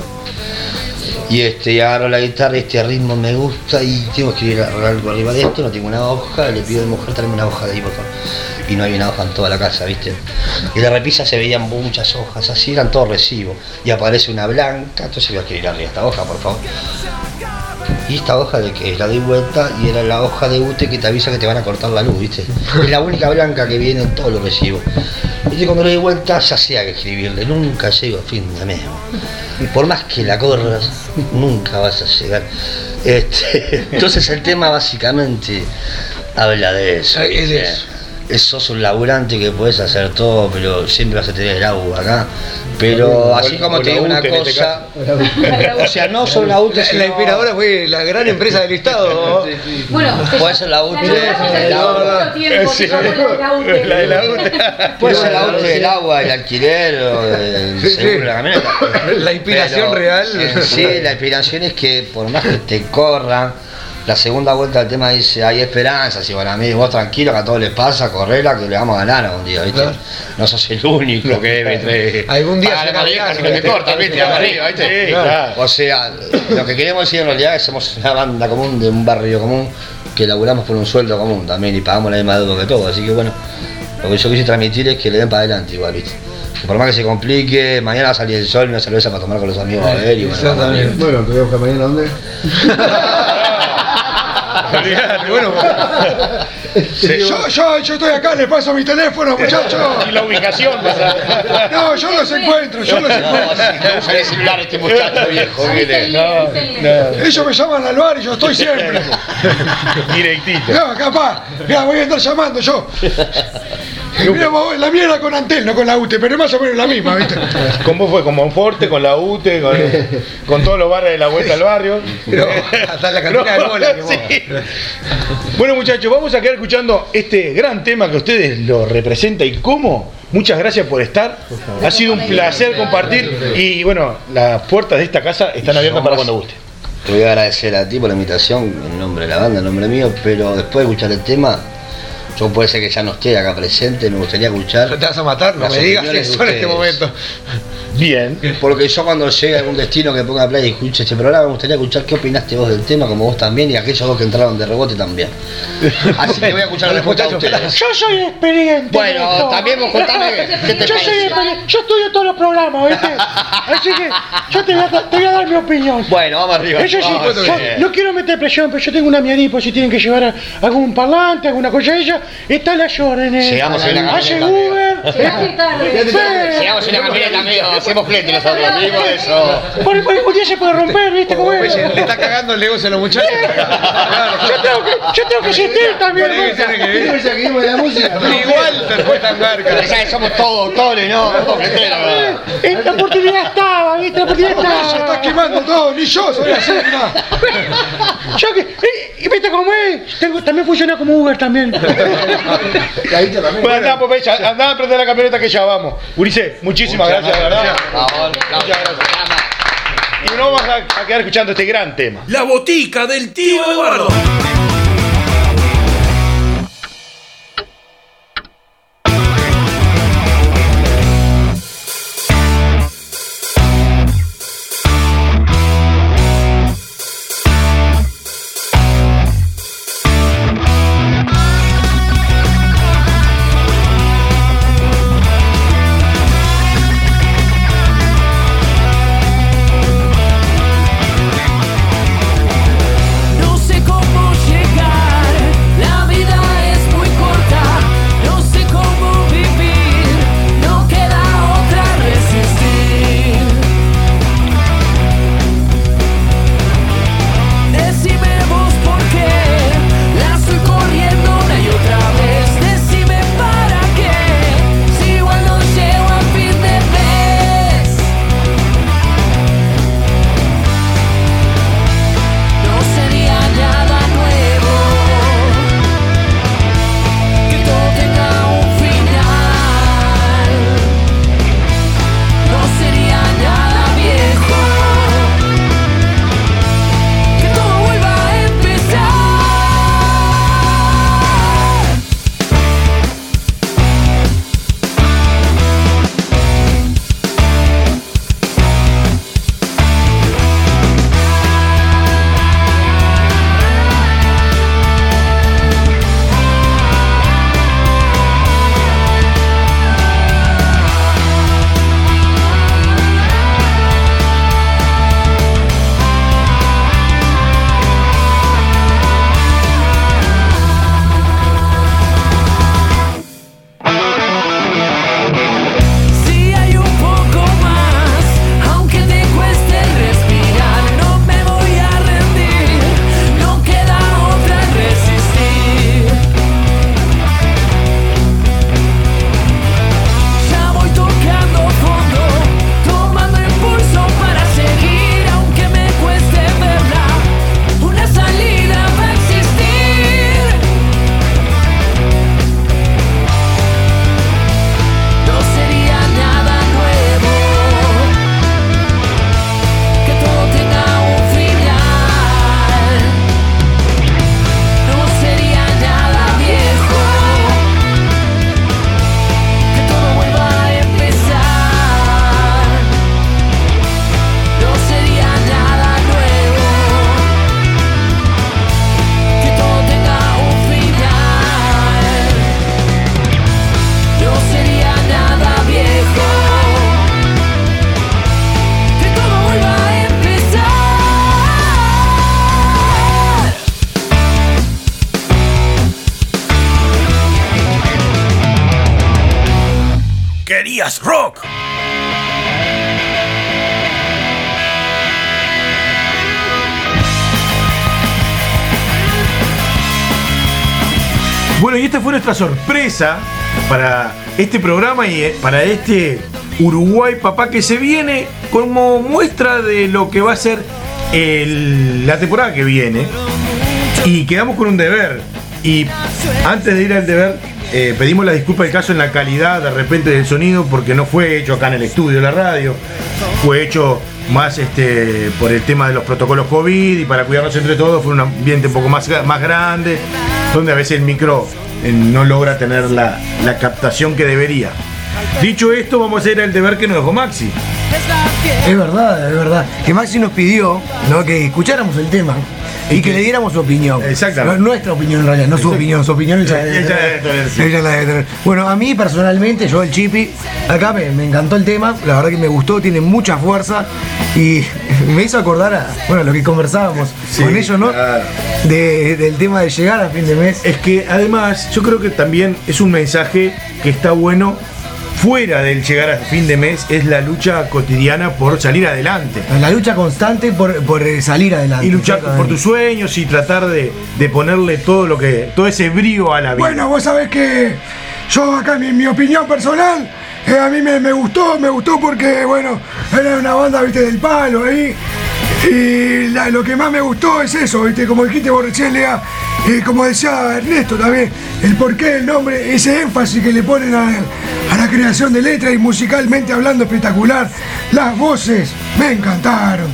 Y agarro la guitarra, este ritmo me gusta y tengo que escribir algo arriba de esto, no tengo una hoja, le pido a mi mujer traerme una hoja de ahí, por favor. y no había una hoja en toda la casa, ¿viste? Y en la repisa se veían muchas hojas, así eran todos recibos. Y aparece una blanca, entonces voy a escribirle esta hoja, por favor. Y esta hoja de que la di vuelta y era la hoja de UTE que te avisa que te van a cortar la luz, ¿viste? Es la única blanca que viene en todos los recibos. Y cuando le di vuelta ya sea que escribirle, nunca llego a fin de mes. Y por más que la corras, nunca vas a llegar. Entonces el tema básicamente habla de eso. Sos un laburante que podés hacer todo, pero siempre vas a tener el agua acá. Pero así como te digo una cosa, o sea, no solo la UTE, la inspiradora fue la gran empresa del Estado. Bueno, puede ser la UTE, puede ser la UTE del agua, el alquiler, o el seguro de la camioneta. La inspiración pero, real. Sí, la inspiración es que por más que te corran, la segunda vuelta del tema dice, hay esperanza, si bueno, a mí, vos tranquilo, que a todos les pasa, correla, que le vamos a ganar algún día, ¿viste? Claro. No sos el único que me algún día se me corta, ¿viste? Arriba, ¿viste? Sí, claro. O sea, lo que queremos decir en realidad es que somos una banda común de un barrio común, que laburamos por un sueldo común también y pagamos la misma deuda que todo, así que bueno, lo que yo quise transmitir es que le den para adelante igual, ¿viste? Que por más que se complique, mañana va a salir el sol, una cerveza para tomar con los amigos a ver y bueno. Bueno, te voy a buscar mañana, ¿dónde? Bueno, yo estoy acá, le paso mi teléfono, muchachos. Y la ubicación. No, yo los encuentro, No, usa el celular este muchacho viejo, mire. Ellos me llaman al bar y yo estoy siempre. Directito. No, capaz, mira, voy a estar llamando yo. Mira, la mía era con Antel, no con la UTE, pero más o menos la misma, ¿viste? ¿Con vos fue? ¿Con Monforte, con la UTE, con todos los bares de la vuelta al barrio? No, hasta la cantina de bola. Sí. Bueno, muchachos, vamos a quedar escuchando este gran tema que a ustedes lo representa y cómo. Muchas gracias por estar. Ha sido un placer compartir y bueno, las puertas de esta casa están abiertas para cuando guste. Te voy a agradecer a ti por la invitación, en nombre de la banda, en nombre mío, pero después de escuchar el tema, yo puede ser que ya no esté acá presente, me gustaría escuchar. ¿No te vas a matar? No me digas eso en este momento. Bien. Porque yo cuando llegue a algún destino que ponga play y escuche este programa, me gustaría escuchar qué opinaste vos del tema, como vos también, y aquellos dos que entraron de rebote también. Así que voy a escuchar la respuesta de ustedes. Yo soy experiente. Bueno, también vos contame qué te Yo soy experiente. Yo estudio todos los programas, ¿viste? Así que yo te voy a dar mi opinión. Bueno, vamos arriba. Eso sí, yo no quiero meter presión, pero yo tengo una miadipo si tienen que llevar a algún parlante, alguna cosa de ella. Está la Jordan. Llegamos en la hace Uber. Llegamos en la camioneta, amigo. Hacemos flete nosotros, amigos, eso. Un día se puede romper, ¿viste cómo es? Le está cagando el negocio a los muchachos. Yo tengo que asistir también. de la música. Igual te fue tan marca. Ya que somos todos autores, ¿no? La oportunidad estaba, ¿viste? La oportunidad estaba. Se está quemando todo, ni yo soy así, Yo que. ¿Y viste cómo es? También funciona como Uber también. Bueno, andá a prender la camioneta que ya vamos. Ulises, muchísimas gracias, de verdad. Muchas gracias. Y nos vamos a quedar escuchando este gran tema. La botica del tío Eduardo. No sé cómo llegar. Bueno, y esta fue nuestra sorpresa para este programa y para este Uruguay Papá que se viene como muestra de lo que va a ser la temporada que viene. Y quedamos con un deber. Y antes de ir al deber, pedimos la disculpa del caso en la calidad de repente del sonido, porque no fue hecho acá en el estudio de la radio, fue hecho más por el tema de los protocolos COVID y para cuidarnos entre todos. Fue un ambiente un poco más grande, donde a veces el micro no logra tener la captación que debería. Dicho esto, vamos a hacer el deber que nos dejó Maxi. Es verdad. Que Maxi nos pidió, ¿no?, que escucháramos el tema y que le diéramos su opinión. Exactamente. Nuestra opinión en realidad, no su opinión. Su opinión ella la debe tener. Bueno, a mí personalmente, yo el Chipi, acá me encantó el tema, la verdad que me gustó, tiene mucha fuerza y me hizo acordar a lo que conversábamos con ellos, ¿no? Claro. Del tema de llegar a fin de mes. Es que además yo creo que también es un mensaje que está bueno. Fuera del llegar a fin de mes es la lucha cotidiana por salir adelante. La lucha constante por salir adelante. Y luchar por tus sueños y tratar de ponerle todo ese brío a la vida. Bueno, vos sabés que yo acá mi opinión personal, a mí me gustó porque, bueno, era una banda, viste, del palo ahí. Y lo que más me gustó es eso, viste, como dijiste vos recién, Lea, como decía Ernesto también, el porqué del nombre, ese énfasis que le ponen a la creación de letras y musicalmente hablando espectacular. Las voces me encantaron.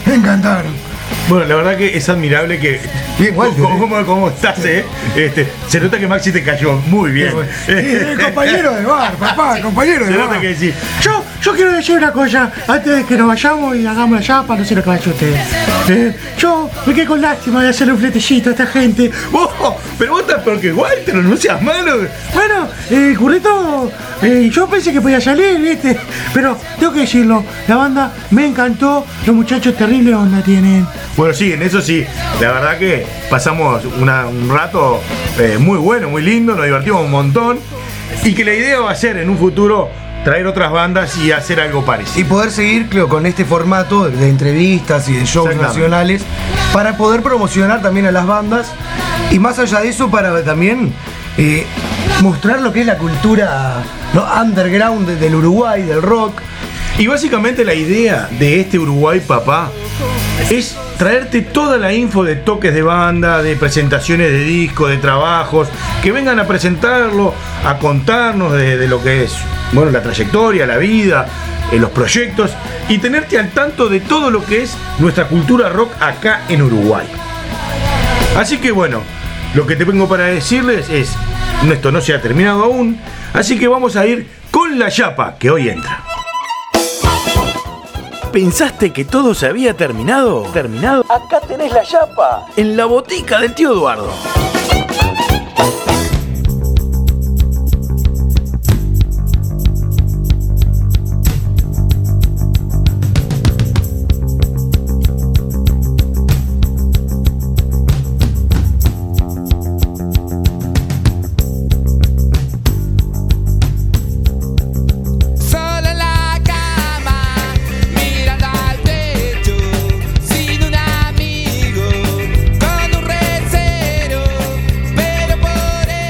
Bueno, la verdad que es admirable que... Bien, Walter. ¿Cómo estás, se nota que Maxi te cayó muy bien. Compañero de bar, papá, compañero de bar. Se nota que sí. Yo quiero decir una cosa, antes de que nos vayamos y hagamos la chapa, no sé lo que va a hacer ustedes. Yo me quedé con lástima de hacerle un fletecito a esta gente. Pero vos estás peor que Walter, no seas malo. Bueno, Currito, yo pensé que podía salir, ¿viste? Pero tengo que decirlo, la banda me encantó, los muchachos terrible onda tienen. Bueno, sí, en eso sí, la verdad que pasamos un rato muy bueno, muy lindo, nos divertimos un montón y que la idea va a ser en un futuro traer otras bandas y hacer algo parecido. Y poder seguir, creo, con este formato de entrevistas y de shows nacionales para poder promocionar también a las bandas y más allá de eso para también mostrar lo que es la cultura, ¿no?, underground del Uruguay, del rock. Y básicamente la idea de este Uruguay Papá es traerte toda la info de toques de banda, de presentaciones de discos, de trabajos, que vengan a presentarlo, a contarnos de lo que es, bueno, la trayectoria, la vida, los proyectos y tenerte al tanto de todo lo que es nuestra cultura rock acá en Uruguay. Así que bueno, lo que te vengo para decirles es, esto no se ha terminado aún, así que vamos a ir con la chapa que hoy entra. ¿Pensaste que todo se había terminado? Acá tenés la chapa, en la botica del tío Eduardo. Con un recero, pero por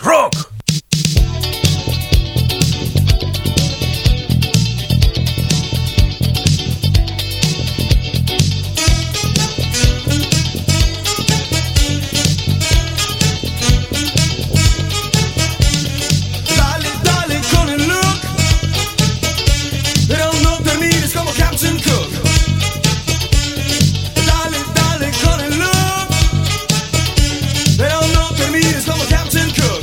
rock. Dale, dale con el look, pero no termines como Captain Cook. Dale, dale con el look, pero no termines como Captain Cook.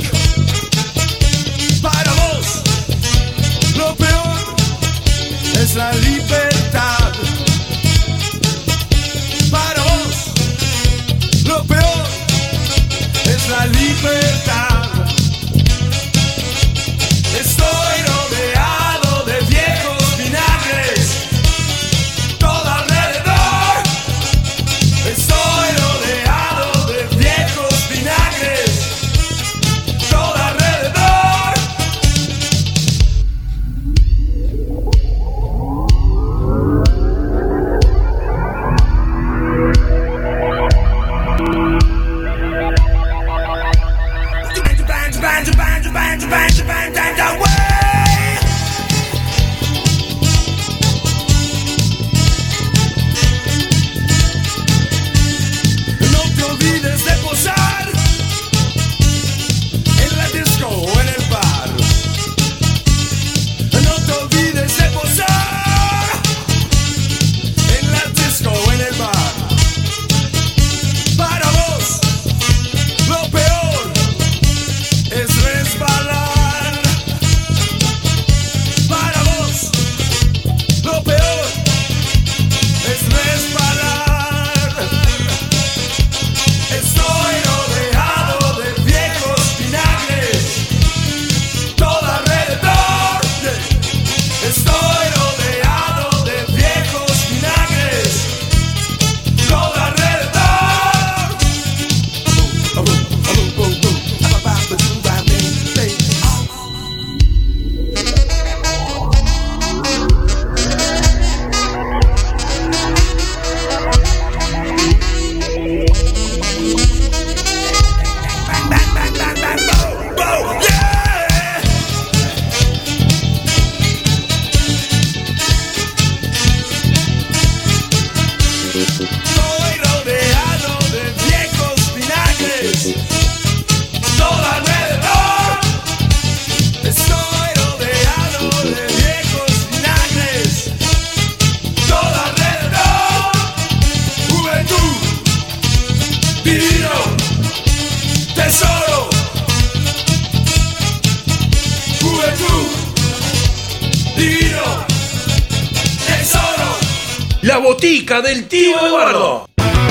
Para vos, lo peor es la libertad. Para vos, lo peor es la libertad. Estoy rodeado de viejos vinagres, todo alrededor. Estoy rodeado de viejos vinagres, todo alrededor. No te olvides de posar en la disco o en el bar. No te olvides de posar en la disco o en el bar. Para vos, lo peor es resbalar. Para vos, lo peor es resbalar. Estoy rodeado de viejos vinagres, todo alrededor. Estoy rodeado de viejos vinagres, todo alrededor. Estoy rodeado de viejos vinagres, todo alrededor. Estoy rodeado de viejos vinagres, todo alrededor. Juventud, divino, tesoro. Juventud, divino, tesoro. La botica del tío Eduardo.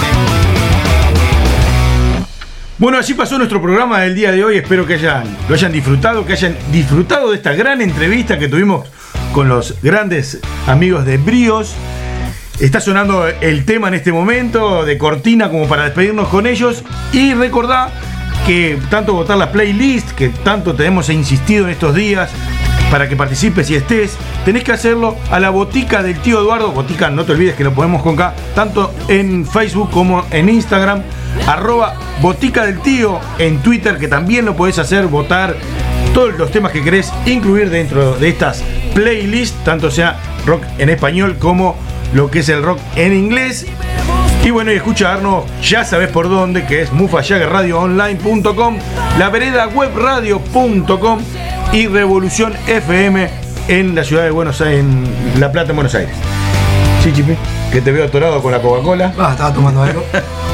Bueno, así pasó nuestro programa del día de hoy. Espero que lo hayan disfrutado, que hayan disfrutado de esta gran entrevista que tuvimos con los grandes amigos de Bríos. Está sonando el tema en este momento de cortina como para despedirnos con ellos. Y recordá que tanto votar la playlist, que tanto te hemos insistido en estos días, para que participes y estés, tenés que hacerlo a la botica del tío Eduardo. Botica, no te olvides que lo ponemos con K, tanto en Facebook como en Instagram, @botica del tío, en Twitter, que también lo podés hacer, votar todos los temas que querés incluir dentro de estas playlists, tanto sea rock en español como lo que es el rock en inglés. Y bueno, y escucharnos, ya sabés por dónde, que es mufajaggerradioonline.com, la vereda webradio.com y Revolución FM en la ciudad de Buenos Aires, en La Plata, en Buenos Aires. Sí, Chipi, que te veo atorado con la Coca-Cola. Estaba tomando algo.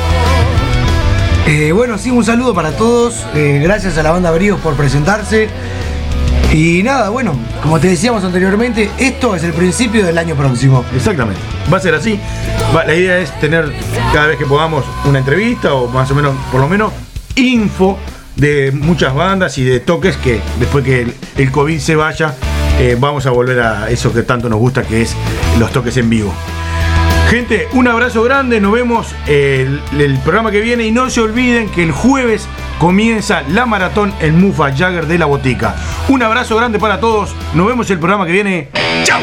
Bueno, sí, un saludo para todos. Gracias a la banda Bríos por presentarse. Y nada, bueno, como te decíamos anteriormente, esto es el principio del año próximo. Exactamente, va a ser así. La idea es tener cada vez que podamos una entrevista o más o menos, por lo menos, info de muchas bandas y de toques que después que el COVID se vaya, vamos a volver a eso que tanto nos gusta, que es los toques en vivo. Gente, un abrazo grande, nos vemos el programa que viene y no se olviden que el jueves comienza la maratón en Mufa Jagger de la Botica. Un abrazo grande para todos, nos vemos el programa que viene. ¡Chao!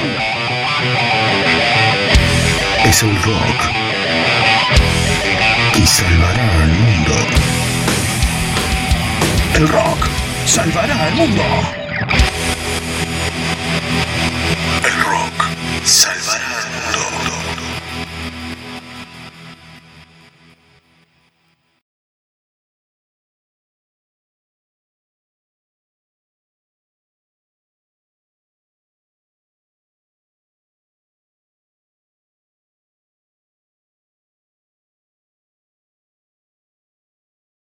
Es el rock que salvará al mundo. El rock salvará al mundo. El rock salvará al mundo.